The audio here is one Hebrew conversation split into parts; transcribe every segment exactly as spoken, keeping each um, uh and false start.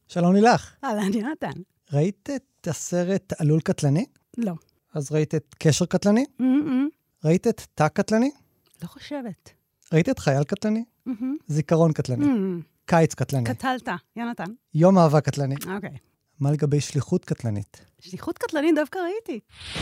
שלום לילך. אהלן, יונתן. ראית את הסרט עלול קטלני? לא. אז ראית את קשר קטלני? Mm-mm. ראית את תא קטלני? לא חושבת. ראית את חייל קטלני? Mm-hmm. זיכרון קטלני. Mm-hmm. קיץ קטלני. קטלת, יונתן. יום אהבה קטלני. אוקיי. מה לגבי שליחות קטלנית? שליחות קטלנית דווקא ראיתי.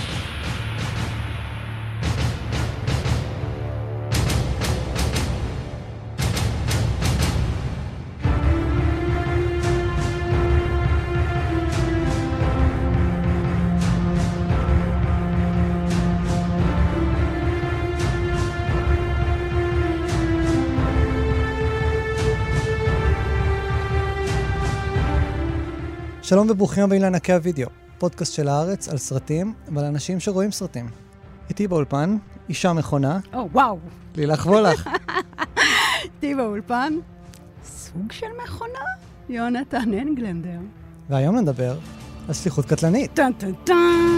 שלום וברוכים הבאים לענקי הוידאו, פודקאסט של הארץ על סרטים ועל אנשים שרואים סרטים. איתי באולפן, אישה מכונה. או, וואו. לילך וולך. איתי באולפן, סוג של מכונה? יונתן אנגלנדר. והיום נדבר על שליחות קטלנית. טן טן טן.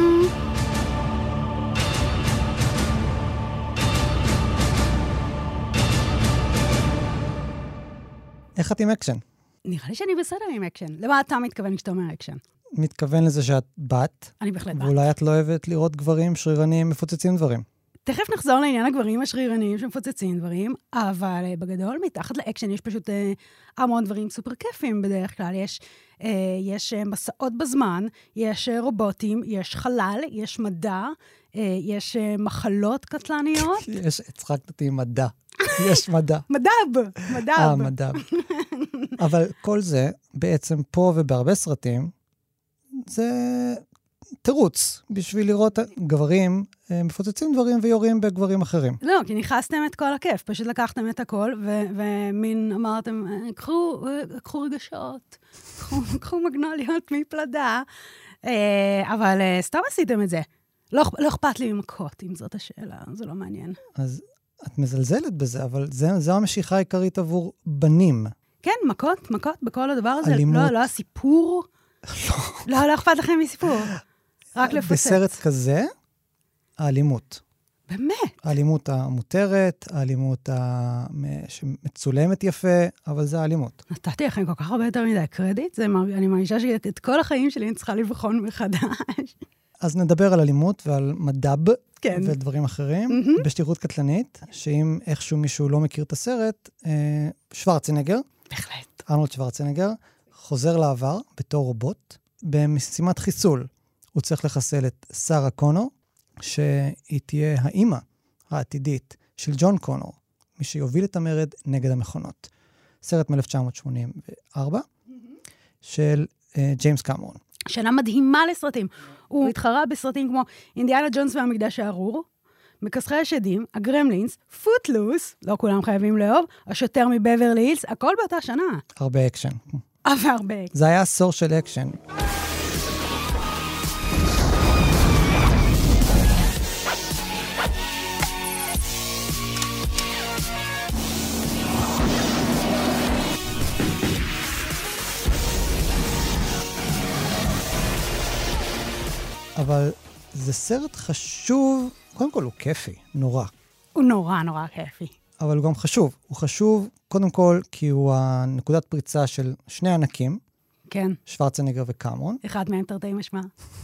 איך את עם אקשן? נראה לי שאני בסדר עם אקשן. למה אתה מתכוון כשאתה אומר אקשן? מתכוון לזה שאת בת, אני בהחלט בת. ואולי את לא אוהבת לראות גברים שרירניים מפוצצים דברים. תכף נחזור לעניין הגברים השרירניים שמפוצצים דברים, אבל uh, בגדול, מתחת לאקשן יש פשוט uh, המון דברים סופר כיפים בדרך כלל. יש, uh, יש uh, מסעות בזמן, יש uh, רובוטים, יש חלל, יש מדע, uh, יש uh, מחלות קטלניות. יש, הצחקת אותי עם מדע. יש מדע. מדב, מדב. אה, מדע. אבל כל זה, בעצם פה ובהרבה סרטים, זה תירוץ בשביל לראות גברים מפוצצים דברים ויורים בגברים אחרים. לא, כי נכנסתם את כל הכיף, פשוט לקחתם את הכל, ו- ומין אמרתם, קחו, קחו רגשות, קחו, קחו מגנוליות מפלדה, אבל סתם עשיתם את זה. לא, לא אכפת לי ממכות, אם זאת השאלה, זה לא מעניין. אז את מזלזלת בזה, אבל זה, זה המשיכה העיקרית עבור בנים. כן, מכות, מכות בכל הדבר הזה. אלימות. לא, לא הסיפור. לא, לא אכפת לכם מסיפור. רק לפוצץ. בסרט כזה, האלימות. באמת? האלימות המותרת, האלימות שמצולמת יפה, אבל זה האלימות. נתתי לכם כל כך הרבה יותר מדי קרדיט, זה מר... אני מרגישה שאת כל החיים שלי אני צריכה לבחון מחדש. אז נדבר על אלימות ועל מדב, כן. ודברים אחרים, Mm-hmm. בשליחות קטלנית, שאם איכשהו מישהו לא מכיר את הסרט, אה, שוורצנגר, בהחלט. ארנולד שוורצנגר, חוזר לעבר בתור רובוט, במשימת חיסול. הוא צריך לחסל את שרה קונור, שהיא תהיה האימא העתידית של ג'ון קונור, מי שיוביל את המרד נגד המכונות. סרט מ-אלף תשע מאות שמונים וארבע, mm-hmm. של אה, ג'יימס קמרון. שנה מדהימה לסרטים. הוא התחרה בסרטים כמו אינדיאנה ג'ונס והמקדש הארור, מכסחי השדים, הגרמלינס, פוטלוס, לא כולם חייבים לאהוב, השוטר מבברלי הילס, הכל באותה שנה. הרבה אקשן. אבל הרבה. זה היה עשור של אקשן. אבל זה סרט חשוב, קודם כל הוא כיפי, נורא. הוא נורא נורא כיפי. אבל הוא גם חשוב. הוא חשוב, קודם כל, כי הוא הנקודת פריצה של שני ענקים. כן. שוורצנגר וקמרון. אחד מהם תרתי משמע.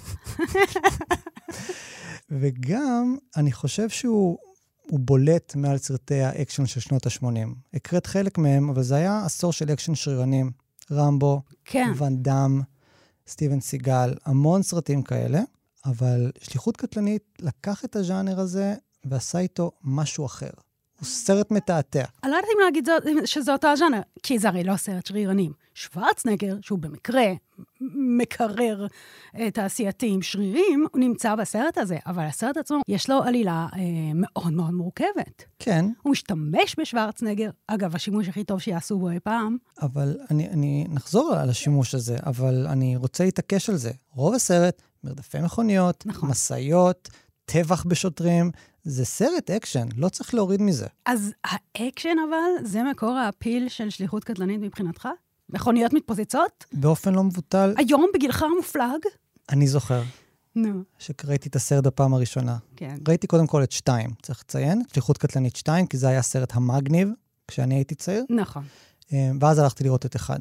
וגם, אני חושב שהוא הוא בולט מעל סרטי האקשן של שנות ה-שמונים. הקראת חלק מהם, אבל זה היה עשור של אקשן שרירנים. רמבו, כן. ואן דאם, סטיבן סיגל, המון סרטים כאלה. אבל שליחות קטלנית לקח את הז'אנר הזה ועשה איתו משהו אחר. הוא סרט מתעתע. אני לא יודעת אם להגיד זאת, שזה אותו הז'אנר, כי זה הרי לא סרט שרירנים. שוורצנגר, שהוא במקרה מקרר תעשייתי עם שרירים, הוא נמצא בסרט הזה, אבל הסרט עצמו יש לו עלילה אה, מאוד מאוד מורכבת. כן. הוא משתמש בשוורצנגר, אגב, השימוש הכי טוב שיעשו בו אי פעם. אבל אני, אני נחזור על השימוש הזה, אבל אני רוצה להתעקש על זה. רוב הסרט, מרדפי מכוניות, נכון. מסעיות, טבח בשוטרים, זה סרט אקשן, לא צריך להוריד מזה. אז האקשן אבל, זה מקור האפיל של שליחות קטלנית מבחינתך? מכוניות מתפוצצות? באופן לא מבוטל. היום בגילך המופלג? אני זוכר. נו. שראיתי את הסרט הפעם הראשונה. כן. ראיתי קודם כל את שתיים, צריך לציין, שליחות קטלנית שתיים, כי זה היה סרט המגניב, כשאני הייתי צעיר. נכון. ואז הלכתי לראות את אחד.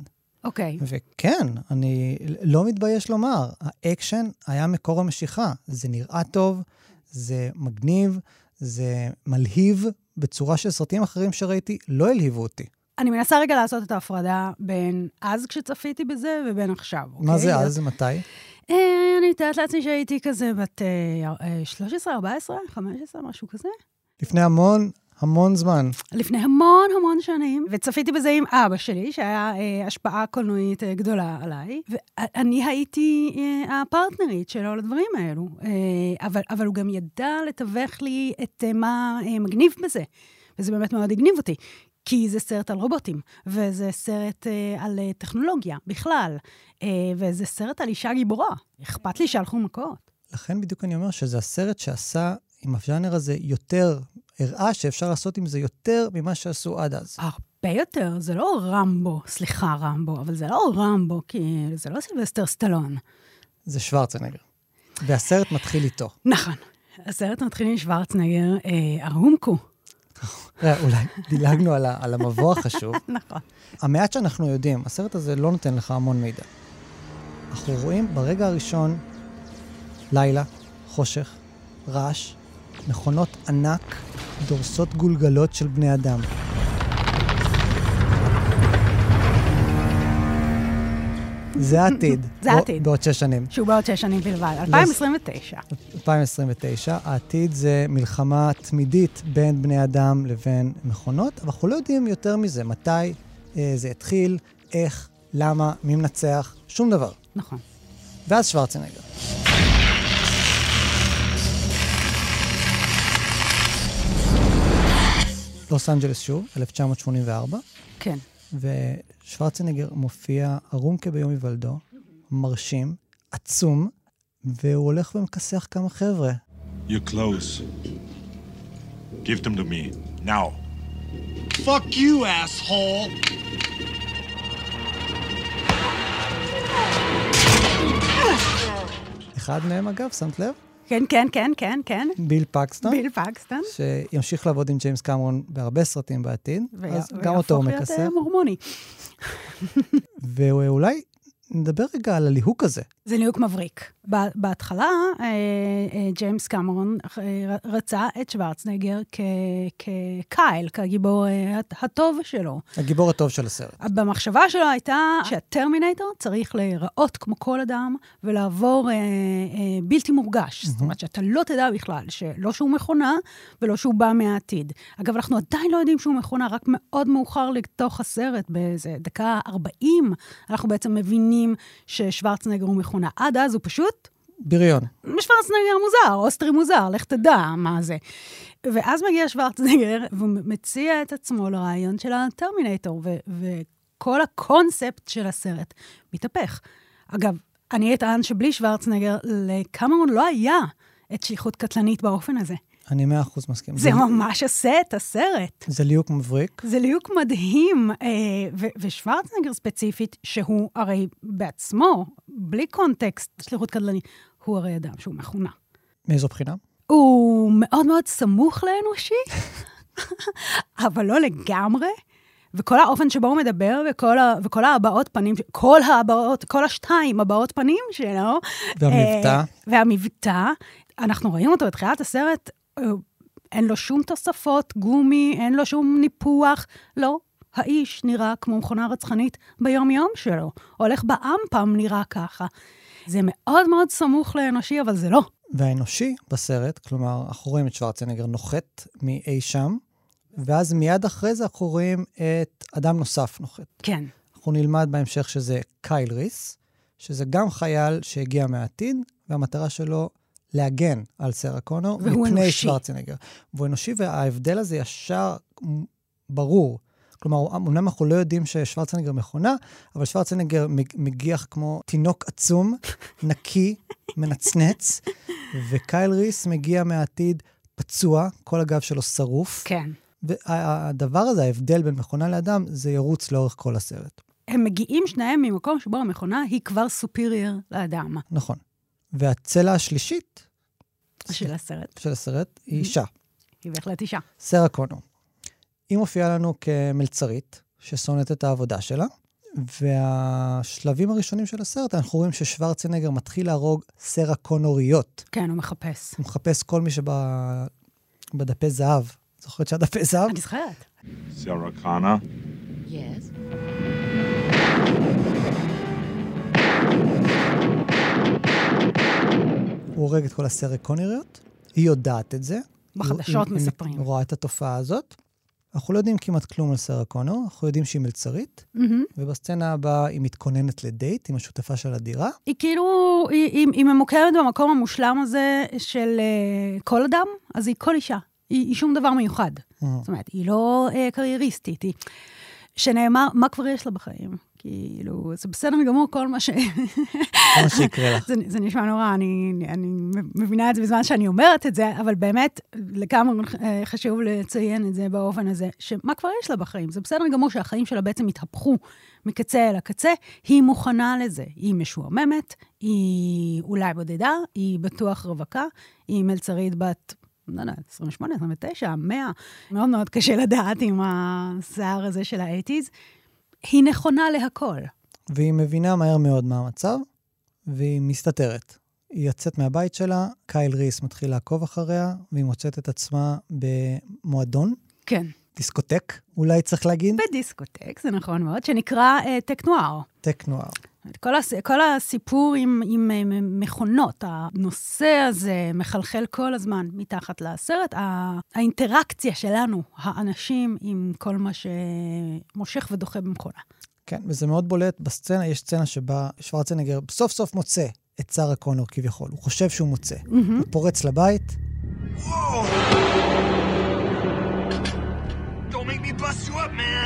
אוקיי. וכן, אני לא מתבייש לומר, האקשן היה מקור המשיכה. זה נראה טוב, זה מגניב, זה מלהיב, בצורה של סרטים אחרים שראיתי, לא הלהיבו אותי. אני מנסה רגע לעשות את ההפרדה בין אז כשצפיתי בזה ובין עכשיו, אוקיי? מה זה אז? מתי? אני מתארת לעצמי שהייתי כזה בת שלוש עשרה, ארבע עשרה, חמש עשרה, משהו כזה. לפני המון, המון זמן. לפני המון המון שנים, וצפיתי בזה עם אבא שלי, שהיה אה, השפעה קולנועית אה, גדולה עליי, ואני הייתי אה, הפרטנרית שלו לדברים האלו, אה, אבל, אבל הוא גם ידע לתווך לי את אה, מה אה, מגניב בזה, וזה באמת מאוד הגניב אותי, כי זה סרט על רובוטים, וזה סרט אה, על אה, טכנולוגיה בכלל, אה, וזה סרט על אישה גיבורה, אכפת לי שהלכו מכות. לכן בדיוק אני אומר שזה הסרט שעשה עם הז'אנר הזה יותר, הראה שאפשר לעשות עם זה יותר ממה שעשו עד אז. הרבה יותר, זה לא רמבו, סליחה רמבו, אבל זה לא רמבו, כי זה לא סילבסטר סטלון. זה שוורצנגר. והסרט מתחיל איתו. נכון. הסרט מתחיל עם שוורצנגר, אה, הרומקו. אולי דילגנו על, על המבוא החשוב. נכון. המעט שאנחנו יודעים, הסרט הזה לא נותן לך המון מידע. אנחנו רואים ברגע הראשון, לילה, חושך, רעש, מכונות ענק, דורסות גולגלות של בני אדם. זה העתיד. זה העתיד. בעוד שש שנים. שהוא בעוד שש שנים בלבד. אלפיים עשרים ותשע. אלפיים עשרים ותשע. העתיד זה מלחמה תמידית בין בני אדם לבין מכונות, אבל אנחנו לא יודעים יותר מזה. מתי אה, זה התחיל, איך, למה, מי מנצח, שום דבר. נכון. ואז שוורצנגר. לוס אנג'לס שוב, אלף תשע מאות שמונים וארבע. כן. ושוורצנגר מופיע ערום כביום היוולדו, מרשים, עצום, והוא הולך ומכסח כמה חבר'ה. You're close. Give them to me, now. Fuck you, asshole! אחד מהם אגב, שמת לב? כן, כן, כן, כן, כן. ביל פקסטון. ביל פקסטון. שימשיך לעבוד עם ג'יימס קמרון בהרבה סרטים בעתיד. אז גם אותו הוא מכסח. ויהפוך להיות מורמוני. ואולי נדבר רגע על הליהוק הזה. זה ליהוק מבריק. בהתחלה, ג'יימס קמרון רצה את שוורצנגר כקייל, כגיבור הטוב שלו. הגיבור הטוב של הסרט. במחשבה שלו הייתה שהטרמינטור צריך להיראות כמו כל אדם, ולעבור בלתי מורגש. זאת אומרת שאתה לא תדע בכלל, שלא שהוא מכונה, ולא שהוא בא מהעתיד. אגב, אנחנו עדיין לא יודעים שהוא מכונה, רק מאוד מאוחר לתוך הסרט, באיזה דקה ארבעים, אנחנו בעצם מבינים ששוורצנגר הוא מכונה. עד אז הוא פשוט... בריון. שוורצנגר מוזר, אוסטרי מוזר, לך תדע מה זה. ואז מגיע שוורצנגר, והוא מציע את עצמו לרעיון של הטרמינטור, ו- וכל הקונספט של הסרט מתהפך. אגב, אני אטען שבלי שוורצנגר, לקמרון לא היה את שליחות קטלנית באופן הזה. אני מאה אחוז מסכים. זה ממש עושה את הסרט. זה ליהוק מבריק. זה ליהוק מדהים, ושוורצנגר ספציפית, שהוא הרי בעצמו, בלי קונטקסט, שליחות קטלנית, הוא הרי אדם שהוא מכונה. מאיזו בחינה? הוא מאוד מאוד סמוך לאנושי, אבל לא לגמרי, וכל האופן שבו הוא מדבר, וכל, ה, וכל הבעות פנים, כל הבעות, כל השתיים הבעות פנים שלו, והמבטא. והמבטא, אנחנו רואים אותו בתחילת הסרט, אין לו שום תוספות, גומי, אין לו שום ניפוח, לא. האיש נראה כמו מכונה רצחנית ביום-יום שלו. הולך באמפם נראה ככה. זה מאוד מאוד סמוך לאנושי, אבל זה לא. והאנושי בסרט, כלומר, אנחנו רואים את שוורצנגר נוחת מאי שם, ואז מיד אחרי זה אנחנו רואים את אדם נוסף נוחת. כן. אנחנו נלמד בהמשך שזה קייל ריס, שזה גם חייל שהגיע מהעתיד, והמטרה שלו להגן על סרה קונור מפני שוורצנגר. והוא אנושי, וההבדל הזה ישר ברור. כלומר, אמנם אנחנו לא יודעים ששוורצנגר מכונה, אבל שוורצנגר מגיח כמו תינוק עצום, נקי, מנצנץ, וקייל ריס מגיע מהעתיד פצוע, כל הגב שלו שרוף. כן. והדבר הזה, ההבדל בין מכונה לאדם, זה ירוץ לאורך כל הסרט. הם מגיעים שניהם ממקום שבו המכונה היא כבר סופירייר לאדם. נכון. והצלע השלישית של הסרט. של הסרט היא אישה. היא בהחלט אישה. סרה קונור. היא מופיעה לנו כמלצרית, ששונאת את העבודה שלה, והשלבים הראשונים של הסרט, אנחנו רואים ששוורצנגר מתחיל להרוג סרה קונוריות. כן, הוא מחפש. הוא מחפש כל מי שבדפי זהב. זוכרת שהדפי זהב? אני זוכרת. Sarah Connor. Yes. הוא הורג את כל הסרה קונוריות. היא יודעת את זה. בחדשות היא, מספרים. היא רואה את התופעה הזאת. אנחנו לא יודעים כמעט כלום על סרה קונור, אנחנו יודעים שהיא מלצרית, Mm-hmm. ובסצנה הבאה היא מתכוננת לדייט עם השותפה של הדירה. היא כאילו, היא, היא, היא ממוקמת במקום המושלם הזה של uh, כל אדם, אז היא כל אישה. היא, היא שום דבר מיוחד. Mm-hmm. זאת אומרת, היא לא uh, קרייריסטית. היא... שנאמר, מה כבר יש לה בחיים? כאילו, זה בסדר גמור כל מה ש... כל מה שיקרה לה. זה, זה נשמע נורא, אני, אני מבינה את זה בזמן שאני אומרת את זה, אבל באמת, לכמה חשוב לציין את זה באופן הזה, שמה כבר יש לה בחיים? זה בסדר גמור שהחיים שלה בעצם התהפכו מקצה אל הקצה, היא מוכנה לזה. היא משועממת, היא אולי בודדה, היא בטוח רווקה, היא מלצרית בת... לא יודע, עשרים ושמונה, עשרים ותשע, מאה, מאוד מאוד קשה לדעת עם השיער הזה של ה-שמונים. היא נכונה להכל. והיא מבינה מהר מאוד מה המצב, והיא מסתתרת. היא יוצאת מהבית שלה, קייל ריס מתחיל לעקוב אחריה, והיא מוצאת את עצמה במועדון. כן. דיסקוטק, אולי צריך להגיד. בדיסקוטק, זה נכון מאוד, שנקרא uh, טק נואר. טק נואר. כל, הס... כל הסיפור עם, עם מכונות, הנושא הזה מחלחל כל הזמן מתחת לסרט, הא... האינטראקציה שלנו, האנשים, עם כל מה שמושך ודוחה במכונה. כן, וזה מאוד בולט בסצנה, יש סצנה שבה שוורצנגר סוף סוף מוצא את שרה קונור כביכול, הוא חושב שהוא מוצא. Mm-hmm. הוא פורץ לבית. Whoa! Don't make me bust you up, man!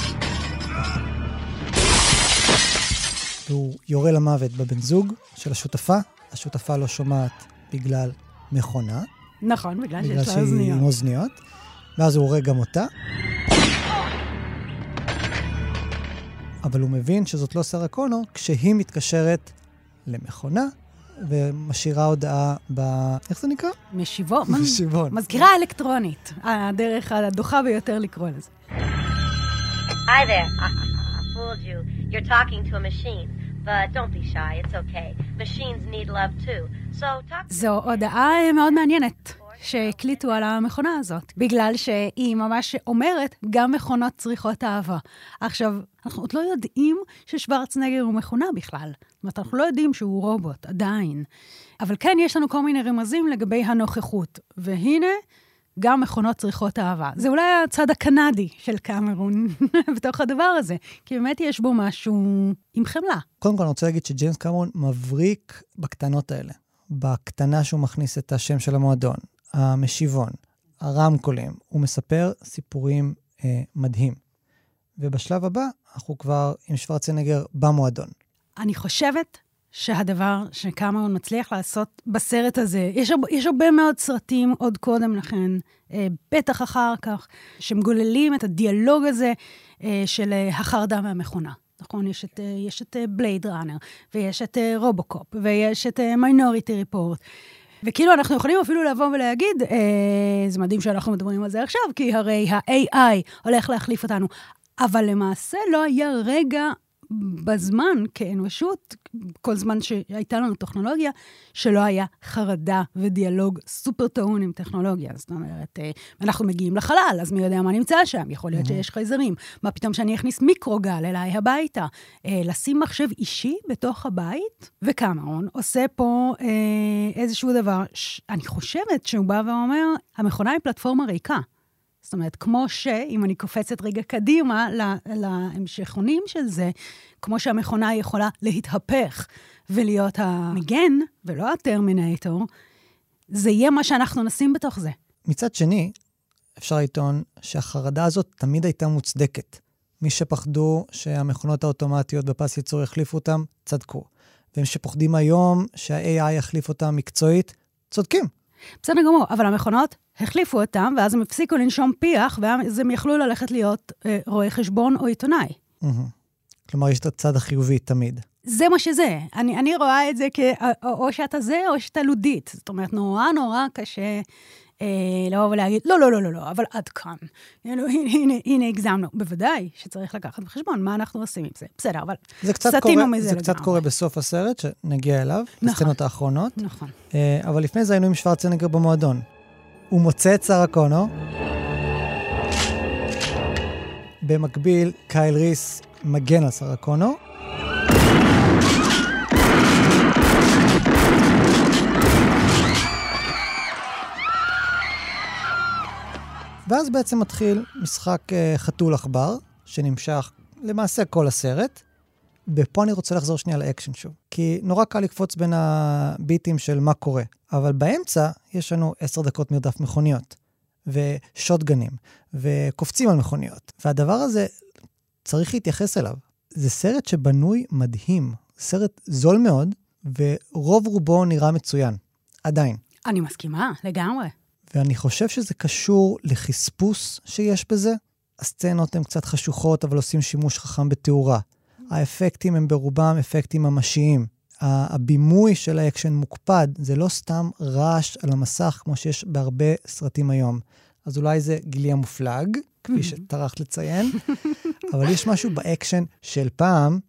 והוא יורה למוות בבן זוג של השותפה. השותפה לא שומעת בגלל מכונה. נכון, בגלל, בגלל שיש לה אוזניות. שהיא עם אוזניות. ואז הוא הורג גם אותה. אבל הוא מבין שזאת לא שרה קונור, כשהיא מתקשרת למכונה, ומשאירה הודעה ב... איך זה נקרא? משיבון. משיבון. מזכירה אלקטרונית. הדרך הדוחה ביותר לקרוא לזה. Hi there. I fooled you. You're talking to a machine. But don't be shy. It's okay. Machines need love too. So talk... זו הודעה מאוד מעניינת שהקליטו על המכונה הזאת, בגלל שהיא ממש אומרת, גם מכונות צריכות אהבה. עכשיו, אנחנו עוד לא יודעים ששוורצנגר הוא מכונה בכלל. זאת אומרת, אנחנו לא יודעים שהוא רובוט, עדיין. אבל כן, יש לנו כל מיני רמזים לגבי הנוכחות. והנה, גם מכונות צריכות אהבה. זה אולי הצד הקנדי של קמרון בתוך הדבר הזה, כי באמת יש בו משהו עם חמלה. קודם כל, אני רוצה להגיד שג'יימס קמרון מבריק בקטנות האלה. בקטנה שהוא מכניס את השם של המועדון, המשיבון, הרמקולים. הוא מספר סיפורים אה, מדהים. ובשלב הבא, אנחנו כבר עם שוורצנגר במועדון. אני חושבת שהדבר שקמרון מצליח לעשות בסרט הזה, יש, יש הרבה מאוד סרטים עוד קודם לכן, אה, בטח אחר כך, שמגוללים את הדיאלוג הזה אה, של אה, החרדה מהמכונה. נכון, יש את, אה, יש את אה, בלייד ראנר, ויש את אה, רובוקופ, ויש את אה, מיינוריטי ריפורט. וכאילו אנחנו יכולים אפילו לבוא ולהגיד, אה, זה מדהים שאנחנו מדברים על זה עכשיו, כי הרי ה-איי איי הולך להחליף אותנו. אבל למעשה לא היה רגע בזמן, כאנושות, כל זמן שהייתה לנו טכנולוגיה, שלא היה חרדה ודיאלוג סופר טעון עם טכנולוגיה. זאת אומרת, אנחנו מגיעים לחלל, אז מי יודע מה נמצא שם? יכול להיות שיש חייזרים. מה פתאום שאני אכניס מיקרוגל אליי הביתה? לשים מחשב אישי בתוך הבית, וקמרון עושה פה איזשהו דבר, אני חושבת שהוא בא ואומר, המכונה היא פלטפורמה ריקה. זאת אומרת, כמו שאם אני קופצת רגע קדימה להמשכונים של זה, כמו שהמכונה יכולה להתהפך ולהיות המגן ולא הטרמינטור, זה יהיה מה שאנחנו נשים בתוך זה. מצד שני, אפשר לטעון שהחרדה הזאת תמיד הייתה מוצדקת. מי שפחדו שהמכונות האוטומטיות בפס ייצור יחליפו אותם, צדקו. והם שפוחדים היום שה-איי איי יחליף אותם מקצועית, צודקים. בסדר גמור, אבל המכונות החליפו אותם, ואז הם הפסיקו לנשום פיח, ואז הם יכלו ללכת להיות אה, רואה חשבון או עיתונאי. Mm-hmm. כלומר, יש את הצד החיובי תמיד. זה מה שזה. אני, אני רואה את זה כ... או שאתה זה, או שאתה לודית. זאת אומרת, נורא נורא קשה לבוא ולהגיד, לא, לא, לא, לא, לא, אבל עד כאן. הנה, הנה, הנה, הגזמנו. בוודאי שצריך לקחת בחשבון מה אנחנו עושים עם זה. בסדר, אבל סטינו מזה לגמרי. זה קצת קורה בסוף הסרט, שנגיע אליו, הסצנות האחרונות. נכון. אבל לפני זה היינו עם שוורצנגר במועדון. הוא מוצא את שרה קונור. במקביל, קייל ריס מגן על שרה קונור. ואז בעצם מתחיל משחק חתול עכבר, שנמשך למעשה כל הסרט. ופה אני רוצה לחזור שנייה לאקשן שוב. כי נורא קל לקפוץ בין הביטים של מה קורה. אבל באמצע יש לנו עשר דקות מרדף מכוניות. ושוטגנים. וקופצים על מכוניות. והדבר הזה צריך להתייחס אליו. זה סרט שבנוי מדהים. סרט זול מאוד, ורוב רובו נראה מצוין. עדיין. אני מסכימה, לגמרי. ואני חושב שזה קשור לחספוס שיש בזה. הסצנות הן קצת חשוכות, אבל עושים שימוש חכם בתאורה. האפקטים הם ברובם אפקטים ממשיים. הבימוי של האקשן מוקפד, זה לא סתם רעש על המסך, כמו שיש בהרבה סרטים היום. אז אולי זה גילי המופלג, כפי שטרחת לציין, אבל יש משהו באקשן של פעם,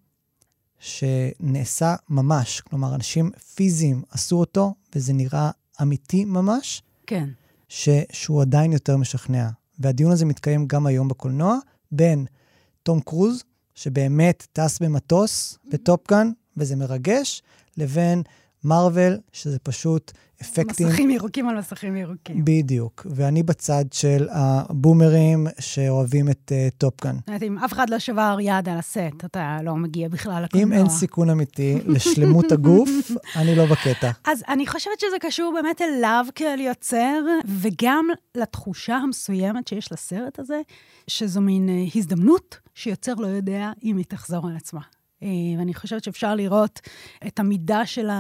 שנעשה ממש. כלומר, אנשים פיזיים עשו אותו, וזה נראה אמיתי ממש. כן. ש, שהוא עדיין יותר משכנע. והדיון הזה מתקיים גם היום בקולנוע, בין תום קרוז, שבאמת טס במטוס, בטופגן, וזה מרגש, לבין מרוול, שזה פשוט אפקטים... מסכים ירוקים על מסכים ירוקים. בדיוק. ואני בצד של הבומרים שאוהבים את uh, טופגן. אם אף אחד לא שבר יד על הסט, אתה לא מגיע בכלל לקולנוע. אם אין סיכון אמיתי לשלמות הגוף, אני לא בקטע. אז אני חושבת שזה קשור באמת אליו כאל יוצר, וגם לתחושה המסוימת שיש לסרט הזה, שזו מין הזדמנות שיוצר לא יודע אם היא תחזור על עצמה. ואני חושבת שאפשר לראות את המידה של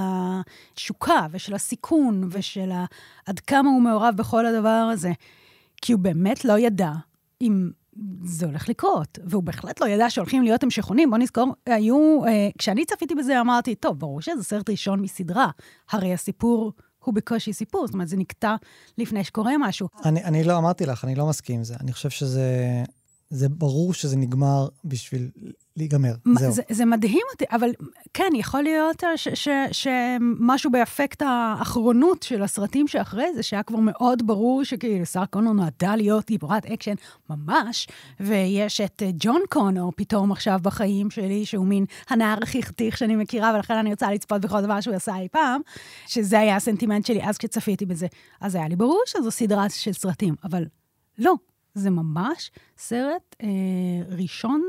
השוקה ושל הסיכון ושל עד כמה הוא מעורב בכל הדבר הזה. כי הוא באמת לא ידע אם זה הולך לקרות, והוא בהחלט לא ידע שהולכים להיות המשכונים. בוא נזכור, היו, כשאני צפיתי בזה אמרתי, טוב, ברור שזה סרט ראשון מסדרה, הרי הסיפור הוא בקושי סיפור, זאת אומרת, זה נקטע לפני שקורה משהו. אני, אני לא אמרתי לך, אני לא מסכים עם זה. אני חושב שזה, זה ברור שזה נגמר בשביל להיגמר. זהו. זה, זה מדהים אותי, אבל כן, יכול להיות ש, ש, שמשהו באפקט האחרונות של הסרטים שאחרי זה, שהיה כבר מאוד ברור שכאילו שרה קונור נועדה להיות גיבורת אקשן ממש, ויש את ג'ון קונור פתאום עכשיו בחיים שלי, שהוא מין הנער הכי חתיך שאני מכירה, ולכן אני רוצה לצפות בכל דבר שהוא עשה אי פעם, שזה היה הסנטימנט שלי אז כשצפיתי בזה. אז היה לי ברור שזו סדרה של סרטים, אבל לא. זה ממש סרט אה, ראשון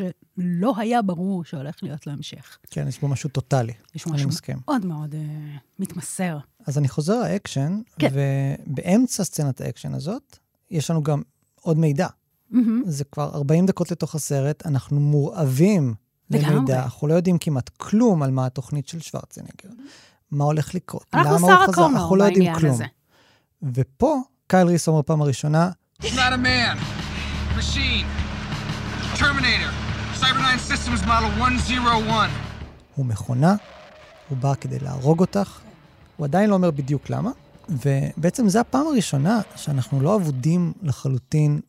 שלא היה ברור שהולך להיות להמשך. כן, יש בו משהו טוטלי. יש משהו מאוד מאוד אה, מתמסר. אז אני חוזר לאקשן, כן. ובאמצע סצנת האקשן הזאת, יש לנו גם עוד מידע. Mm-hmm. זה כבר ארבעים דקות לתוך הסרט, אנחנו מורעבים למידע. אנחנו לא יודעים כמעט כלום על מה התוכנית של שוורצנגר. מה הולך לקרות. אנחנו שרה קונור בעניין הזה. ופה, קייל ריס אומר פעם הראשונה, He's not a man. Machine. Terminator. Cyberdyne Systems Model one oh one. הוא מכונה, הוא בא כדי להרוג אותך. הוא עדיין לא אומר בדיוק למה. ובעצם זו הפעם הראשונה שאנחנו לא עבודים לחלוטין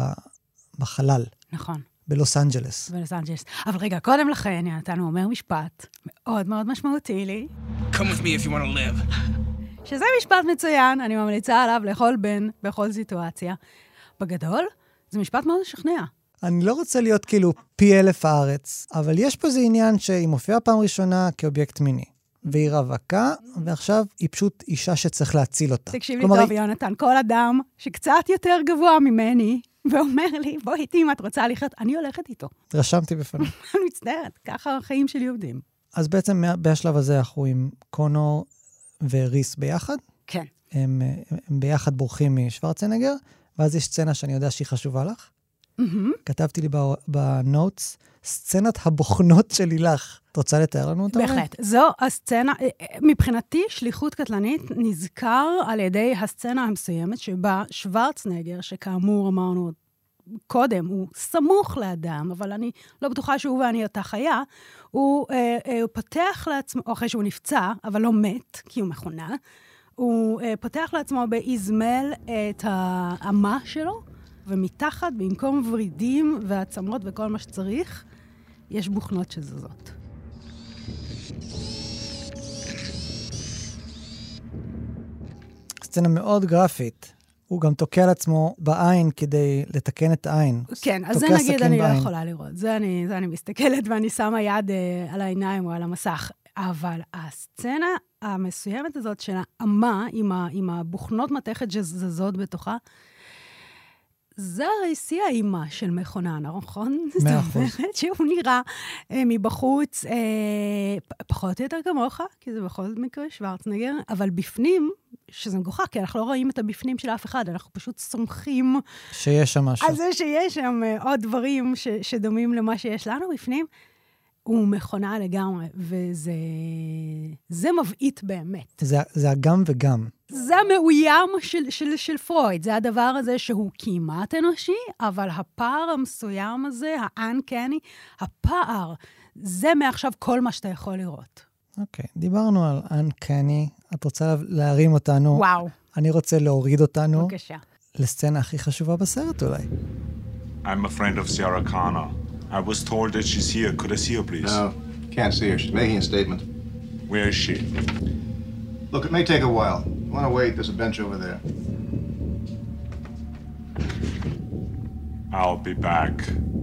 בחלל. נכון. בלוס אנג'לס. בלוס אנג'לס. אבל רגע, קודם לכן, נתנו אומר משפט מאוד מאוד משמעותי לי. Come with me if you want to live. שזה משפט מצוין, אני ממליצה עליו לכל בן, בכל סיטואציה. בגדול, זה משפט מאוד משכנע. אני לא רוצה להיות כאילו פי אלף הארץ, אבל יש פה איזה עניין שהיא מופיעה פעם ראשונה כאובייקט מיני. והיא רווקה, ועכשיו היא פשוט אישה שצריך להציל אותה. תקשיב לי טוב, יונתן, כל אדם שקצת יותר גבוה ממני, ואומר לי, בואי איתי אם את רוצה לחיות, אני הולכת איתו. רשמתי בפנים. אני מצטערת, ככה החיים שלי עובדים. אז בעצם בשלב הזה אנחנו עם קונור וריס ביחד. כן. הם, הם ביחד בורחים משוורצנגר, ואז יש סצנה שאני יודע שהיא חשובה לך. Mm-hmm. כתבתי לי בנוטס, סצנת הבוחנות של הילך. את רוצה לתאר לנו אותה? בהחלט. זו הסצנה, מבחינתי שליחות קטלנית נזכר על ידי הסצנה המסוימת שבה שוורצנגר, שכאמור אמרנו קודם, הוא סמוך לאדם, אבל אני לא בטוחה שהוא ואני אותה חיה, הוא, אה, אה, הוא פתח לעצמו, אחרי שהוא נפצע, אבל לא מת, כי הוא מכונה, הוא uh, פותח לעצמו באזמל את האמה שלו, ומתחת, במקום ורידים ועצמות וכל מה שצריך, יש בוכנות שזזות. סצנה מאוד גרפית. הוא גם תוקע לעצמו בעין כדי לתקן את העין. כן, אז זה נגיד אני בעין. לא יכולה לראות. זה אני, זה אני מסתכלת ואני שמה יד uh, על העיניים או על המסך. אבל הסצנה המסוימת הזאת של האמה עם, ה, עם הבוכנות מתכת שזזות בתוכה, זה הרי שיא האימה של מכונה, נכון? מאה אחוז. זאת אומרת שהוא נראה אה, מבחוץ אה, פחות או יותר כמוך, כי זה בכל מקרה שוורצנגר, אבל בפנים, שזה מגוחך, כי אנחנו לא רואים את הבפנים של אף אחד, אנחנו פשוט סומכים שיש שם משהו. על זה שיש שם אה, עוד דברים ש, שדומים למה שיש לנו בפנים. הוא מכונה לגמרי, וזה זה מבעית באמת. זה, זה הגם וגם. זה המאוים של, של, של פרויד, זה הדבר הזה שהוא כמעט אנושי, אבל הפער המסוים הזה, האנקני, הפער, זה מעכשיו כל מה שאתה יכול לראות. אוקיי, דיברנו על אנקני, את רוצה להרים אותנו. וואו. אני רוצה להוריד אותנו. בבקשה. לסצנה הכי חשובה בסרט אולי. I'm a friend of Sarah Connor. I was told that she's here. Could I see her, please? No, can't see her. She's making a statement. Where is she? Look, it may take a while. You want to wait? There's a bench over there. I'll be back.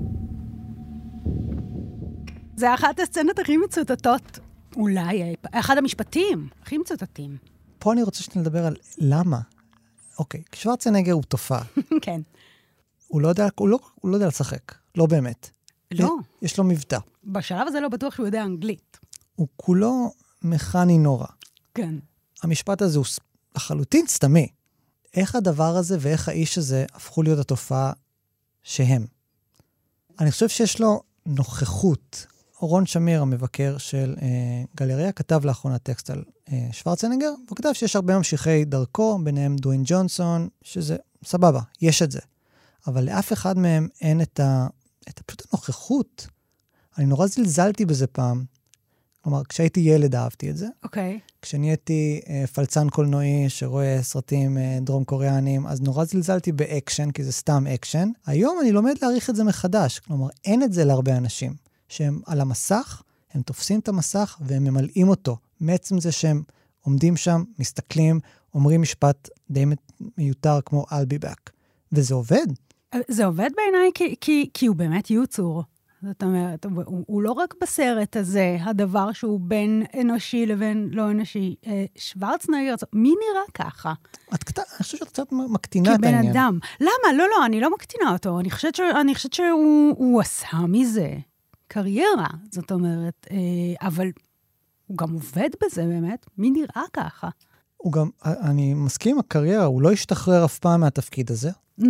זה אחת הסצנות הכי מצוטטות, אולי, אחד המשפטים הכי מצוטטים. פה אני רוצה שנדבר על למה. אוקיי, שוורצנגר הוא תופעה. כן. הוא לא יודע, הוא לא, הוא לא יודע לשחק, לא באמת. לא. יש לו מבטא. בשלב הזה לא בטוח שהוא יודע אנגלית. הוא כולו מכני נורא. כן. המשפט הזה הוא לחלוטין סתמי. איך הדבר הזה ואיך האיש הזה הפכו להיות התופעה שהם. אני חושב שיש לו נוכחות. אורון שמיר, המבקר של אה, גלריה, כתב לאחרונה טקסט על אה, שוורצנגר, והוא כתב שיש הרבה ממשיכי דרכו, ביניהם דוויין ג'ונסון, שזה סבבה, יש את זה. אבל לאף אחד מהם אין את ה... את פשוט הנוכחות. אני נורא זלזלתי בזה פעם. כלומר, כשהייתי ילד אהבתי את זה. אוקיי. Okay. כשנהייתי אה, פלצן קולנועי שרואה סרטים אה, דרום קוריאנים, אז נורא זלזלתי באקשן, כי זה סתם אקשן. היום אני לומד להעריך את זה מחדש. כלומר, אין את זה להרבה אנשים. שהם על המסך, הם תופסים את המסך והם ממלאים אותו. מעצם זה שהם עומדים שם, מסתכלים, אומרים משפט די מיותר כמו I'll be back. וזה עובד. זה עובד בעיניי כי, כי, כי הוא באמת יוצור. זאת אומרת, הוא, הוא לא רק בסרט הזה, הדבר שהוא בין אנושי לבין לא אנושי. שוורצנגר, מי נראה ככה? את קטע, אני חושבת שאת קצת מקטינה את העניין. כבן אדם. למה? לא, לא, אני לא מקטינה אותו. אני חושבת, ש, אני חושבת שהוא הוא עשה מזה קריירה. זאת אומרת, אבל הוא גם עובד בזה באמת. מי נראה ככה? הוא גם, אני מסכים עם הקריירה, הוא לא השתחרר אף פעם מהתפקיד הזה. Mm-hmm.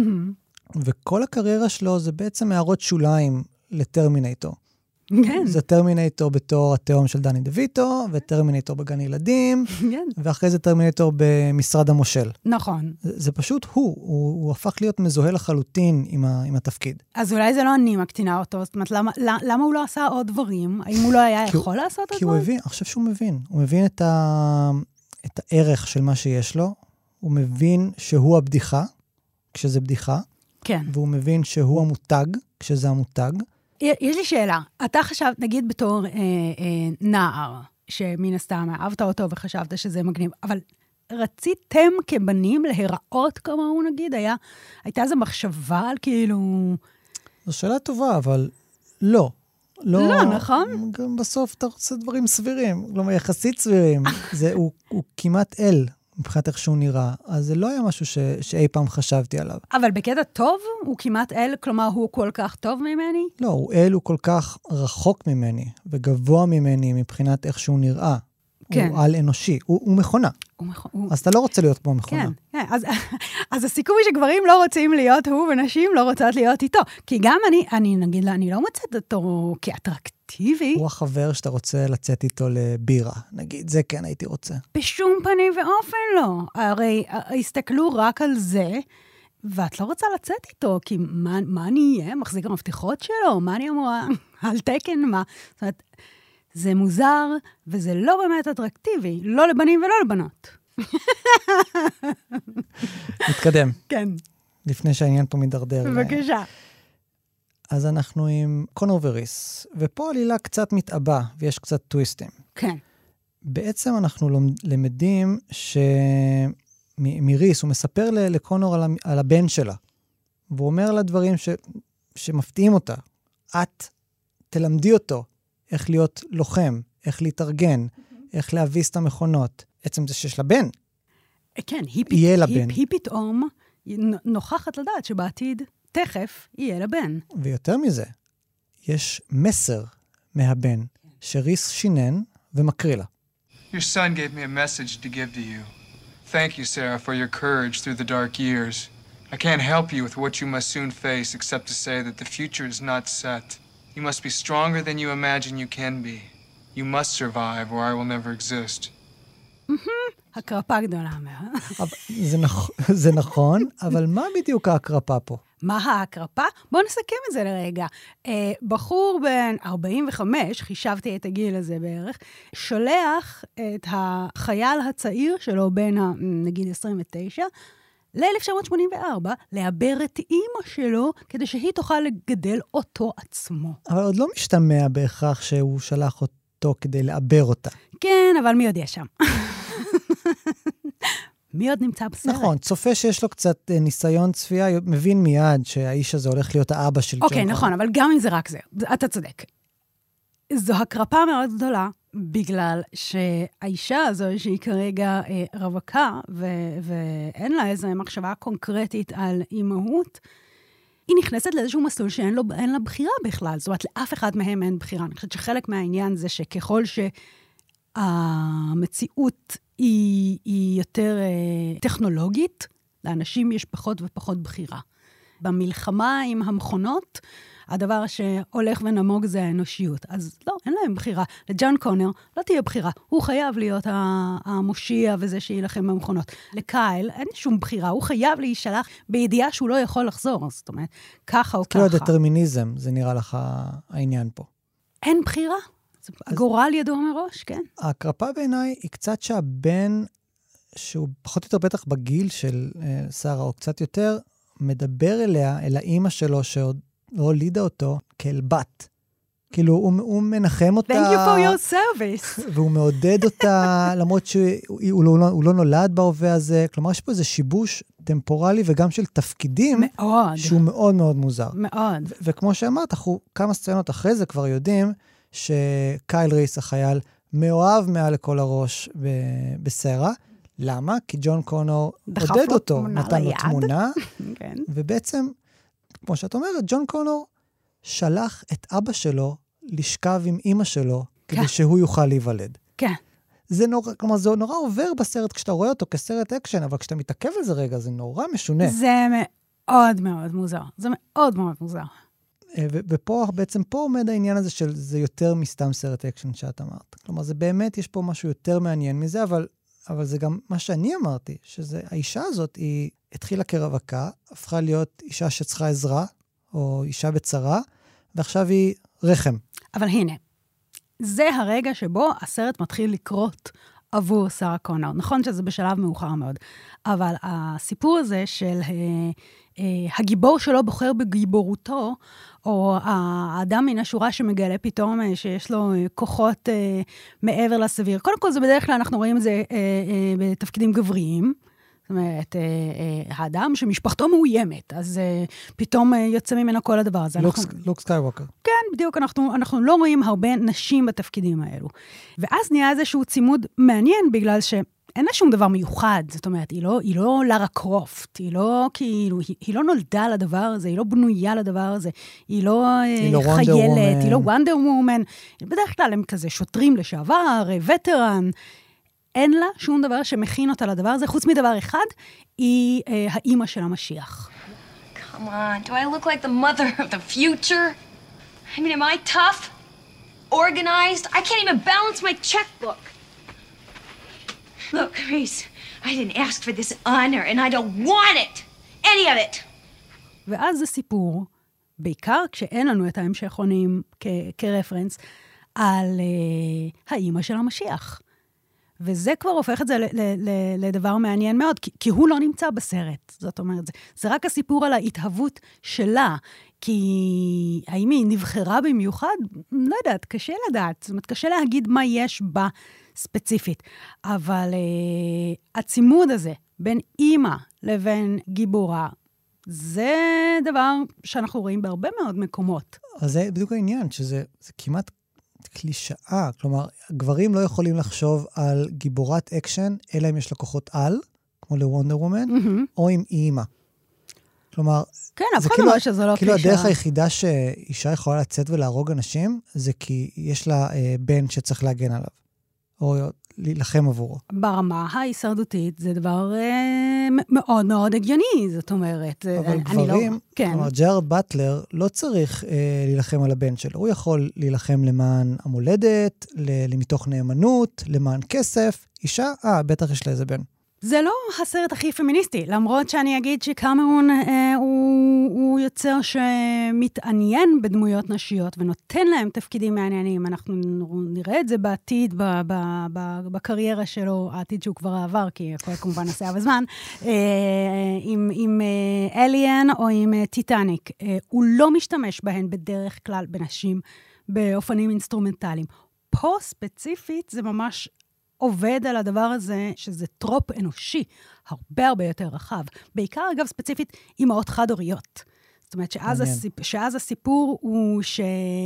וכל הקריירה שלו זה בעצם הערות שוליים לטרמינטור. כן. זה טרמינטור בתור התאום של דני דויטו, וטרמינטור בגן ילדים, כן. ואחרי זה טרמינטור במשרד המושל. נכון. זה, זה פשוט הוא, הוא, הוא הפך להיות מזוהה לחלוטין עם, ה, עם התפקיד. אז אולי זה לא אני מקטינה אותו, זאת אומרת, למה, למה הוא לא עשה עוד דברים? האם הוא לא היה יכול לעשות עוד דברים? כי הוא מבין, אני חושב שהוא מבין. הוא מבין את, ה, את הערך של מה שיש לו, הוא מבין שהוא הבדיחה, כשזה בדיחה, כן. והוא מבין שהוא המותג, כשזה המותג. יש לי שאלה. אתה חשבת, נגיד בתור אה, אה, נער, שמן הסתם אהבת אותו וחשבת שזה מגניב, אבל רציתם כבנים להיראות כמוהו, נגיד? היה, הייתה איזו מחשבה על כאילו... זו שאלה טובה, אבל לא. לא, לא, נכון? גם בסוף אתה רוצה דברים סבירים, כלומר יחסית סבירים. זה, הוא, הוא כמעט אל. מבחינת איך שהוא נראה, אז זה לא היה משהו ש... שאי פעם חשבתי עליו. אבל בקטע טוב, הוא כמעט אל, כלומר, הוא כל כך טוב ממני? לא, הוא אל, הוא כל כך רחוק ממני, וגבוה ממני מבחינת איך שהוא נראה. כן. הוא על אנושי, הוא, הוא מכונה. הוא מכ... הוא... אז אתה לא רוצה להיות כמו מכונה. כן, כן. אז, אז הסיכוי שגברים לא רוצים להיות הוא, ונשים לא רוצות להיות איתו. כי גם אני, אני נגיד לה, אני לא מוצאת אותו כאטרקטיבי. הוא החבר שאתה רוצה לצאת איתו לבירה, נגיד, זה כן הייתי רוצה. בשום פנים ואופן לא. הרי הסתכלו רק על זה, ואת לא רוצה לצאת איתו, כי מה, מה אני אהיה? מחזיק המפתחות שלו? מה אני אמורה? על תקן מה? זאת אומרת, זה מוזר, וזה לא באמת אטרקטיבי, לא לבנים ולא לבנות. נתקדם. כן. לפני שהעניין פה מדרדר. בבקשה. אז אנחנו עם קונור וריס, ופה עלילה קצת מתאבא, ויש קצת טוויסטים. כן. בעצם אנחנו למדים שמריס, הוא מספר לקונור על, על הבן שלה, והוא אומר לה דברים ש, שמפתיעים אותה. את תלמדי אותו איך להיות לוחם, איך להתארגן, איך להביס את המכונות. עצם זה שיש לה בן. כן, היא, פת... יהיה לה היא, בן. היא פתאום נוכחת לדעת שבעתיד תכף יהיה לה בן. ויותר מזה, יש מסר מהבן שריס שינן ומקריא לה. Your son gave me a message to give to you. Thank you, Sarah, for your courage through the dark years. I can't help you with what you must soon face except to say that the future is not set. You must be stronger than you imagine you can be. You must survive or I will never exist. הקרפה גדולה מאוד. זה, נכ... זה נכון, אבל מה בדיוק ההקרפה פה? מה ההקרפה? בואו נסכם את זה לרגע. אה, בחור בן ארבעים וחמש, חישבתי את הגיל הזה בערך, שולח את החייל הצעיר שלו בין, ה, נגיד, עשרים ותשע, ל-אלף תשע מאות שמונים וארבע, לעבר את אימא שלו, כדי שהיא תוכל לגדל אותו עצמו. אבל עוד לא משתמע בהכרח שהוא שלח אותו כדי לעבר אותה. כן, אבל מי יודע שם? מי עוד נמצא בסרט? נכון, צופה שיש לו קצת ניסיון צפייה, מבין מיד שהאיש הזה הולך להיות האבא של ג'ון. אוקיי, נכון, אבל גם אם זה רק זה, אתה צודק. זו הקרפה מאוד גדולה, בגלל שהאישה הזו, שהיא כרגע אה, רווקה, ו- ואין לה איזו מחשבה קונקרטית על אימהות, היא נכנסת לאיזשהו מסלול שאין לו, אין לה בחירה בכלל. זאת אומרת, לאף אחד מהם אין בחירה. אני חושבת שחלק מהעניין זה שככל שהמציאות היא, היא יותר אה, טכנולוגית, לאנשים יש פחות ופחות בחירה. במלחמה עם המכונות, הדבר שהולך ונמוג זה האנושיות. אז לא, אין להם בחירה. לג'ון קונור לא תהיה בחירה. הוא חייב להיות המושיע וזה שילחם במכונות. לקייל אין שום בחירה. הוא חייב להישלח בידיעה שהוא לא יכול לחזור. זאת אומרת, ככה או ככה. כאילו דטרמיניזם, זה נראה לך העניין פה. אין בחירה. הגורל ידוע מראש, כן. הקרפה בעיניי היא קצת שהבן, שהוא פחות או יותר בטח בגיל של שרה, או קצת יותר, מדבר אליה, אל האמא שלו שעוד לא הולידה אותו, כאל בת. כאילו, הוא, הוא מנחם אותה. Thank you for your service. והוא מעודד אותה, למרות שהוא לא, הוא לא נולד בהווה הזה. כלומר, יש פה איזה שיבוש טמפורלי וגם של תפקידים. מאוד. שהוא מאוד מאוד מוזר. מאוד. ו- וכמו שאמרת, אנחנו כמה סצנות אחרי זה כבר יודעים שקייל ריס, החייל, מאוהב מעל לכל הראש ב- בסרה. למה? כי ג'ון קונור עודד אותו, נתן לו תמונה. כן. ובעצם, כמו שאת אומרת, ג'ון קונור שלח את אבא שלו לשכב עם אמא שלו, כדי כן. שהוא יוכל להיוולד. כן. זה נורא, כלומר, זה נורא עובר בסרט כשאתה רואה אותו כסרט אקשן, אבל כשאתה מתעכב על זה רגע, זה נורא משונה. זה מאוד מאוד מוזר. זה מאוד מאוד מוזר. ו- ופה, בעצם פה עומד העניין הזה של זה יותר מסתם סרט אקשן שאת אמרת. כלומר, זה באמת, יש פה משהו יותר מעניין מזה, אבל, אבל זה גם מה שאני אמרתי, שזה, האישה הזאת, היא התחילה כרווקה, הפכה להיות אישה שצריכה עזרה, או אישה בצרה, ועכשיו היא רחם. אבל הנה, זה הרגע שבו הסרט מתחיל לקרות עבור שרה קונור. נכון שזה בשלב מאוחר מאוד, אבל הסיפור הזה של אה, אה, הגיבור שלו בוחר בגיבורותו, או האדם מן השורה שמגלה פתאום אה, שיש לו אה, כוחות אה, מעבר לסביר. קודם כל, זה בדרך כלל אנחנו רואים את זה אה, אה, בתפקידים גבריים, זאת אומרת, האדם שמשפחתו מאוימת, אז פתאום יוצא ממנו כל הדבר הזה. לוק סקייווקר. כן, בדיוק, אנחנו, אנחנו לא רואים הרבה נשים בתפקידים האלו. ואז נהיה איזשהו צימוד מעניין, בגלל שאין לה שום דבר מיוחד, זאת אומרת, היא לא, היא לא לרה קרופט, היא לא, כאילו, היא, היא לא נולדה לדבר הזה, היא לא בנויה לדבר הזה, היא לא, היא לא חיילת, היא לא וונדר וומן, בדרך כלל הם כזה שוטרים לשעבר, וטרן, אין לה שום דבר שמכין אותה לדבר הזה, חוץ מדבר אחד, היא אה, האימא של המשיח. Come on, do I look like the mother of the future? I mean, am I tough? Organized? I can't even balance my checkbook. Look, Reese, I didn't ask for this honor, and I don't want it. Any of it. ואז זה סיפור, בעיקר כשאין לנו את ההמשך עונים כ- כרפרנס, על אה, האימא של המשיח. וזה כבר הופך את זה ל- ל- ל- לדבר מעניין מאוד, כי, כי הוא לא נמצא בסרט. זאת אומרת, זה, זה רק הסיפור על ההתהוות שלה, כי האם היא נבחרה במיוחד? לא יודעת, קשה לדעת. זאת אומרת, קשה להגיד מה יש בה ספציפית. אבל uh, הצימוד הזה בין אימא לבין גיבורה, זה דבר שאנחנו רואים בהרבה מאוד מקומות. אז זה בדיוק העניין, שזה זה כמעט קלישאה. כלומר, גברים לא יכולים לחשוב על גיבורת אקשן, אלא אם יש לה כוחות על, כמו לוונדר וומן, mm-hmm. או עם אימא. כלומר, כן, אף אחד אומר שזה לא כאילו קלישאה. הדרך היחידה שאישה יכולה לצאת ולהרוג אנשים, זה כי יש לה אה, בן שצריך להגן עליו, או להילחם עבורו. ברמה ההישרדותית זה דבר אה, מאוד מאוד הגיוני, זאת אומרת. אבל גברים, לא, כן. כלומר, ג'ארד באטלר לא צריך אה, להילחם על הבן שלו. הוא יכול להילחם למען המולדת, מתוך נאמנות, למען כסף. אישה, אה, בטח יש לה איזה בן. זה לא הסרט הכי פמיניסטי, למרות שאני אגיד שקמרון אה, הוא, הוא יוצר שמתעניין בדמויות נשיות ונותן להם תפקידים מעניינים. אנחנו נראה את זה בעתיד, ב, ב, ב, בקריירה שלו, העתיד שהוא כבר עבר, כי הכל כמובן עשה בזמן, אה, עם, עם אה, אליאן או עם אה, טיטניק. אה, הוא לא משתמש בהן בדרך כלל בנשים באופנים אינסטרומנטליים. פה ספציפית זה ממש עובד על הדבר הזה, שזה טרופ אנושי, הרבה הרבה יותר רחב. בעיקר, אגב, ספציפית, אימהות חד-הוריות. זאת אומרת, שאז, הסיפ... שאז הסיפור הוא ש...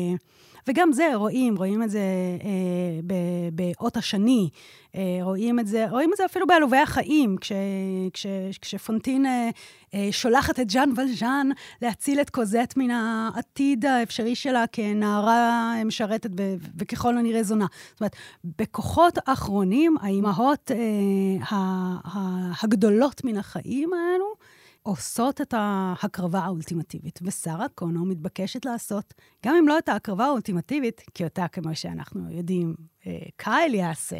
וגם זה, רואים, רואים את זה אה, ב- באות השני, אה, רואים את זה, רואים את זה אפילו בעלובי החיים, כש, כש, כשפונטין אה, אה, שולחת את ז'אן ולז'אן להציל את קוזט מן העתיד האפשרי שלה כנערה משרתת ו- וככל הנראה זונה. זאת אומרת, בכוחות האחרונים, האימהות אה, הגדולות מן החיים האלו, עושות את ההקרבה האולטימטיבית, ושרה קונו מתבקשת לעשות, גם אם לא את ההקרבה האולטימטיבית, כי אותה, כמו שאנחנו יודעים, קייל יעשה,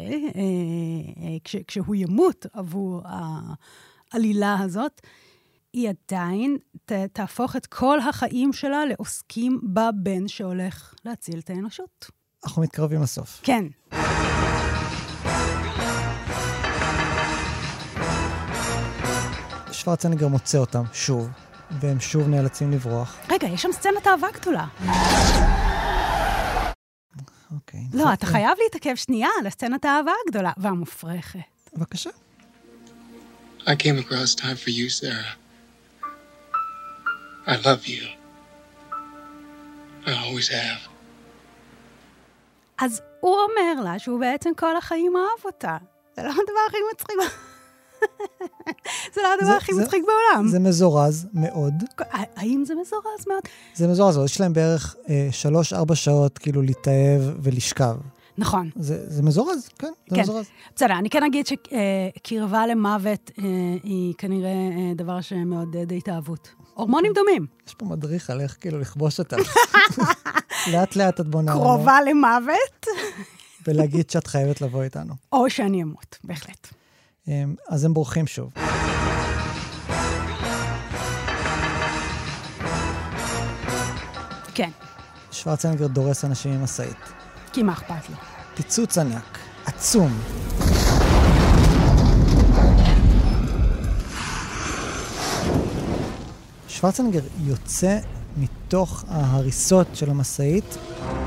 כשהוא ימות עבור העלילה הזאת, היא עדיין תהפוך את כל החיים שלה לעוסקים בבן שהולך להציל את האנושות. אנחנו מתקרבים לסוף. כן. שוורצנגר מוצא אותם שוב, והם שוב נאלצים לברוח. רגע, יש שם סצנת אהבה גדולה. אוקיי. לא, אתה חייב להתעכב שנייה על הסצנת האהבה הגדולה והמופרכת. בבקשה. I came across time for you, Sarah. I love you. I always have. אז הוא אומר לה שהוא בעצם כל החיים אהב אותה. זה לא הדבר הכי מצחיק. זה לא הדבר הכי מצחיק בעולם. זה מזורז מאוד. האם זה מזורז מאוד? זה מזורז, יש להם בערך שלוש, ארבע שעות כאילו להתאהב ולשכב. נכון. זה מזורז, כן, זה מזורז. בסדר, אני כן אגיד שקרבה למוות היא כנראה דבר שמעודד התאהבות. הורמונים דומים. יש פה מדריך על איך כאילו לכבוש אותה. לאט לאט את בונה. קרובה למוות. ולהגיד שאת חייבת לבוא איתנו. או שאני אמות, בהחלט. אז הם בורחים שוב. כן. שוורצנגר דורס אנשים עם מסעית. כי מה אכפת לו? פיצוץ ענק, עצום. שוורצנגר יוצא מתוך ההריסות של המסעית.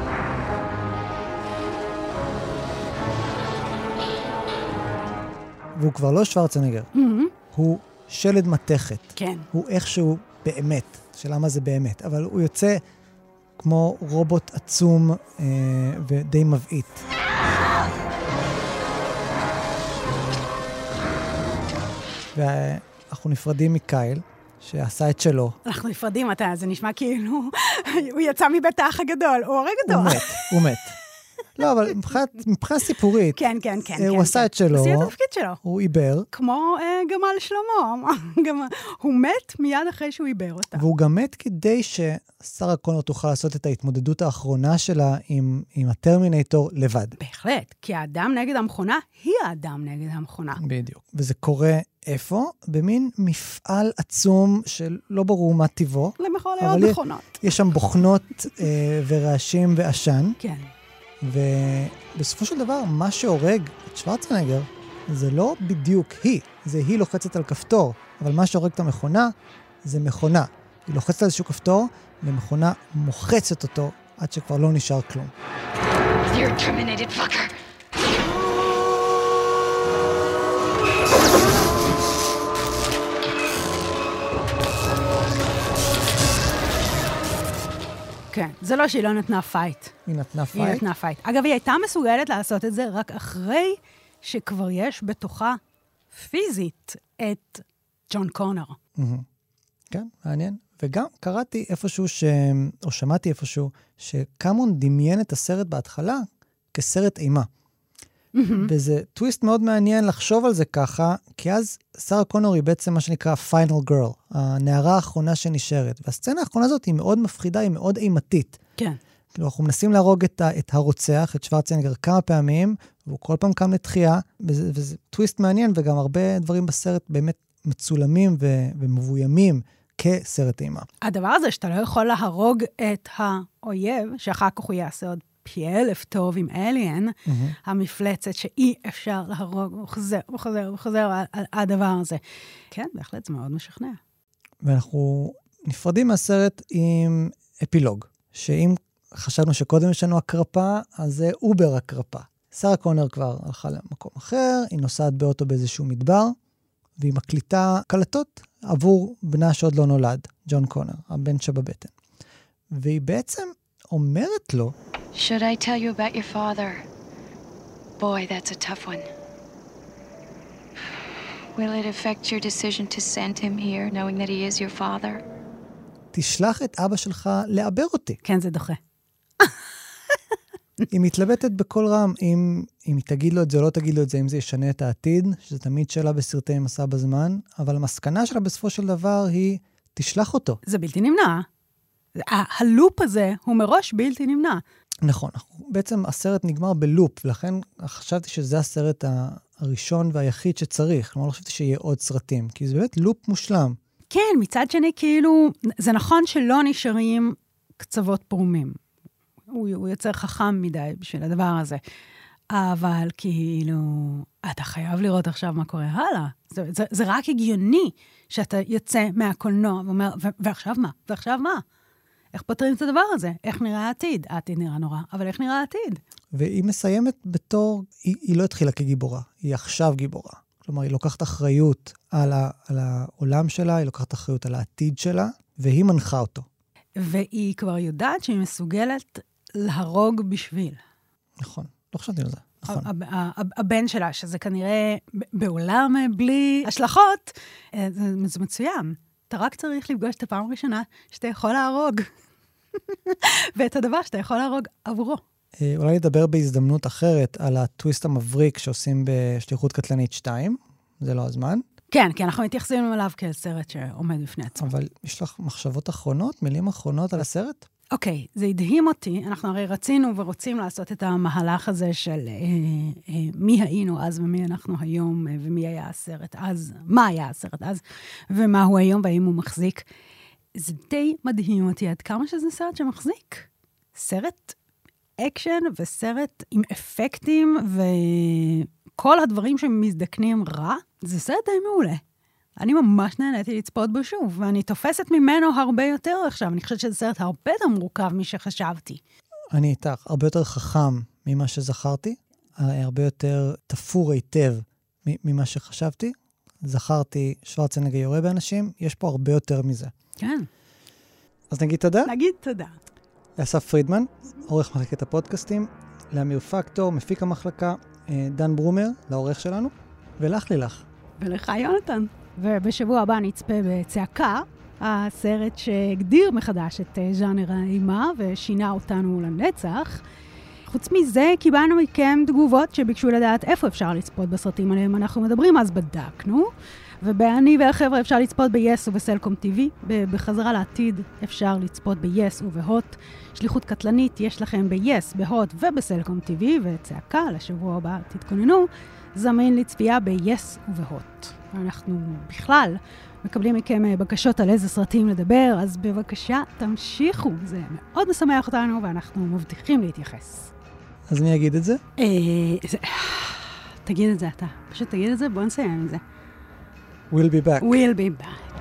והוא כבר לא שוורצנגר. Mm-hmm. הוא שלד מתכת. כן. הוא איכשהו באמת. שאלה מה זה באמת. אבל הוא יוצא כמו רובוט עצום אה, ודי מבעית. ואנחנו נפרדים מקייל, שעשה את שלו. אנחנו נפרדים, אתה, זה נשמע כאילו, הוא יצא מבית האח הגדול, הוא הורג אותו. הוא מת, הוא מת. לא, אבל מבחינה סיפורית, כן, כן, כן. הוא עשה את שלו. הוא עשה את התפקיד שלו. הוא עיבר. כמו גמל שלמה. הוא מת מיד אחרי שהוא עיבר אותה. והוא גם מת כדי ששרה קונור תוכל לעשות את ההתמודדות האחרונה שלה עם הטרמינטור לבד. בהחלט, כי האדם נגד המכונה היא האדם נגד המכונה. בדיוק. וזה קורה איפה? במין מפעל עצום שלא ברור מה טיבו. למכוניות מכונות. יש שם בוכנות ורעשים ועשן. כן. ובסופו של דבר, מה שהורג את שוורצנגר, זה לא בדיוק היא, זה היא לוחצת על כפתור, אבל מה שהורג את המכונה, זה מכונה. היא לוחצת על איזשהו כפתור, ומכונה מוחצת אותו, עד שכבר לא נשאר כלום. You're terminated, fucker. כן, זה לא שהיא לא נתנה פייט. היא נתנה פייט? היא נתנה פייט. אגב, היא הייתה מסוגלת לעשות את זה רק אחרי שכבר יש בתוכה פיזית את ג'ון קונר. כן, מעניין. וגם קראתי איפשהו, ש... או שמעתי איפשהו, שקמון דמיין את הסרט בהתחלה כסרט אימה. וזה טוויסט מאוד מעניין לחשוב על זה ככה, כי אז שרה קונור היא בעצם מה שנקרא פיינל גרל, הנערה האחרונה שנשארת. והסצנה האחרונה הזאת היא מאוד מפחידה, היא מאוד אימתית. כן. כאילו, אנחנו מנסים להרוג את, ה... את הרוצח, את שוורצנגר כמה פעמים, והוא כל פעם קם לתחייה, וזה, וזה טוויסט מעניין, וגם הרבה דברים בסרט באמת מצולמים ו... ומבוימים. כסרט אימה. הדבר הזה שאתה לא יכול להרוג את האויב, שאחר כך הוא יעשה עוד פי אלף טוב עם אליאן, mm-hmm. המפלצת שאי אפשר להרוג, הוא חוזר, הוא חוזר, הוא חוזר על, על הדבר הזה. כן, בהחלט זה מאוד משכנע. ואנחנו נפרדים מהסרט עם אפילוג, שאם חשבנו שקודם יש לנו הקרפה, אז זה אובר הקרפה. שרה קונר כבר הלכה למקום אחר, היא נוסעת באוטו באיזשהו מדבר, והיא מקליטה קלטות עבור בנה שעוד לא נולד, ג'ון קונר, הבן שבבטן. והיא בעצם אומרת לו, Should I tell you about your father? Boy, that's a tough one. Will it affect your decision to send him here, knowing that he is your father? תשלח את אבא שלך לעבר אותי. כן, זה דוחה. היא מתלבטת בכל רם, אם, אם היא תגיד לו את זה או לא תגיד לו את זה, אם זה ישנה את העתיד, שזה תמיד שאלה בסרטי מסע בזמן, אבל המסקנה שלה בסופו של דבר היא, תשלח אותו. זה בלתי נמנע. ה- הלופ הזה הוא מראש בלתי נמנע. נכון, בעצם הסרט נגמר בלופ, ולכן חשבתי שזה הסרט הראשון והיחיד שצריך, כלומר לא חשבתי שיהיה עוד סרטים, כי זה באמת לופ מושלם. כן, מצד שני כאילו, זה נכון שלא נשארים קצוות פרומים. הוא, הוא יוצר חכם מדי בשביל הדבר הזה. אבל כאילו, אתה חייב לראות עכשיו מה קורה הלאה. זה, זה, זה רק הגיוני שאתה יוצא מהקולנוע ואומר, ו- ועכשיו מה? ועכשיו מה? איך פותרים את הדבר הזה? איך נראה העתיד? העתיד נראה נורא, אבל איך נראה העתיד? והיא מסיימת בתור, היא, היא לא התחילה כגיבורה, היא עכשיו גיבורה. כלומר, היא לוקחת אחריות על, ה, על העולם שלה, היא לוקחת אחריות על העתיד שלה, והיא מנחה אותו. והיא כבר יודעת שהיא מסוגלת להרוג בשביל. נכון, לא חשבתי על זה. נכון. הבן שלה, שזה כנראה בעולם בלי השלכות, זה מצוין. אתה רק צריך לפגוש את הפעם הראשונה שאתה יכול להרוג. ואת הדבר שאתה יכול להרוג עבורו. אולי נדבר בהזדמנות אחרת על הטוויסט המבריק שעושים בשליחות קטלנית שתיים. זה לא הזמן. כן, כי אנחנו מתייחסים עליו כסרט שעומד בפני עצמו. אבל יש לך מחשבות אחרונות, מילים אחרונות על הסרט? אוקיי, זה הדהים אותי. אנחנו הרי רצינו ורוצים לעשות את המהלך הזה של אה, אה, מי היינו אז ומי אנחנו היום, אה, ומי היה הסרט אז, מה היה הסרט אז, ומה הוא היום והאם הוא מחזיק. זה די מדהים אותי עד כמה שזה סרט שמחזיק. סרט אקשן וסרט עם אפקטים וכל הדברים שמזדקנים רע, זה סרט די מעולה. אני ממש נהניתי לצפות בו שוב, ואני תופסת ממנו הרבה יותר עכשיו. אני חושבת שזה סרט הרבה יותר מורכב משחשבתי. אני איתך, הרבה יותר חכם ממה שזכרתי, הרבה יותר תפור היטב ממה שחשבתי. זכרתי שוורצנגר יורה באנשים, יש פה הרבה יותר מזה. כן. אז נגיד תודה. נגיד תודה. לאסף פרידמן, עורך מחלקת הפודקאסטים, לאמיר פקטור, מפיק המחלקה, דן ברומר, לעורך שלנו, ולך לילך. ולך יונתן. ובשבוע הבא נצפה בצעקה, הסרט שהגדיר מחדש את ז'אנר האימה ושינה אותנו לנצח. חוץ מזה, קיבלנו מכם תגובות שביקשו לדעת איפה אפשר לצפות בסרטים עליהם אנחנו מדברים, אז בדקנו. ובאני והחבר'ה אפשר לצפות ב-יס ובסלקום טיווי. בחזרה לעתיד אפשר לצפות ב-יס ובהוט. שליחות קטלנית יש לכם ב-יס, בהוט ובסלקום טיווי, וצעקה לשבוע הבא תתכוננו. זמין לצפייה ב-יס ובהוט. אנחנו בכלל מקבלים מכם בקשות על איזה סרטים לדבר, אז בבקשה תמשיכו. זה מאוד משמח אותנו ואנחנו מבטיחים להתייחס. אז מי יגיד את זה? אה, זה... תגיד את זה אתה. פשוט תגיד את זה, בוא נסיים עם זה. We'll be back. We'll be back.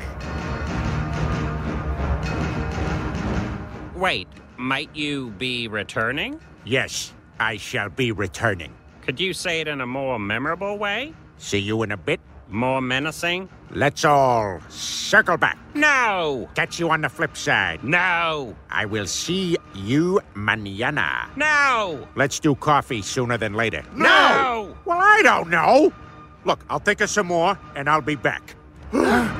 Wait, might you be returning? Yes, I shall be returning. Could you say it in a more memorable way? See you in a bit. More menacing? Let's all circle back. No! Catch you on the flip side. No! I will see you mañana. No! Let's do coffee sooner than later. No! Well, I don't know. Look, I'll think of some more, and I'll be back.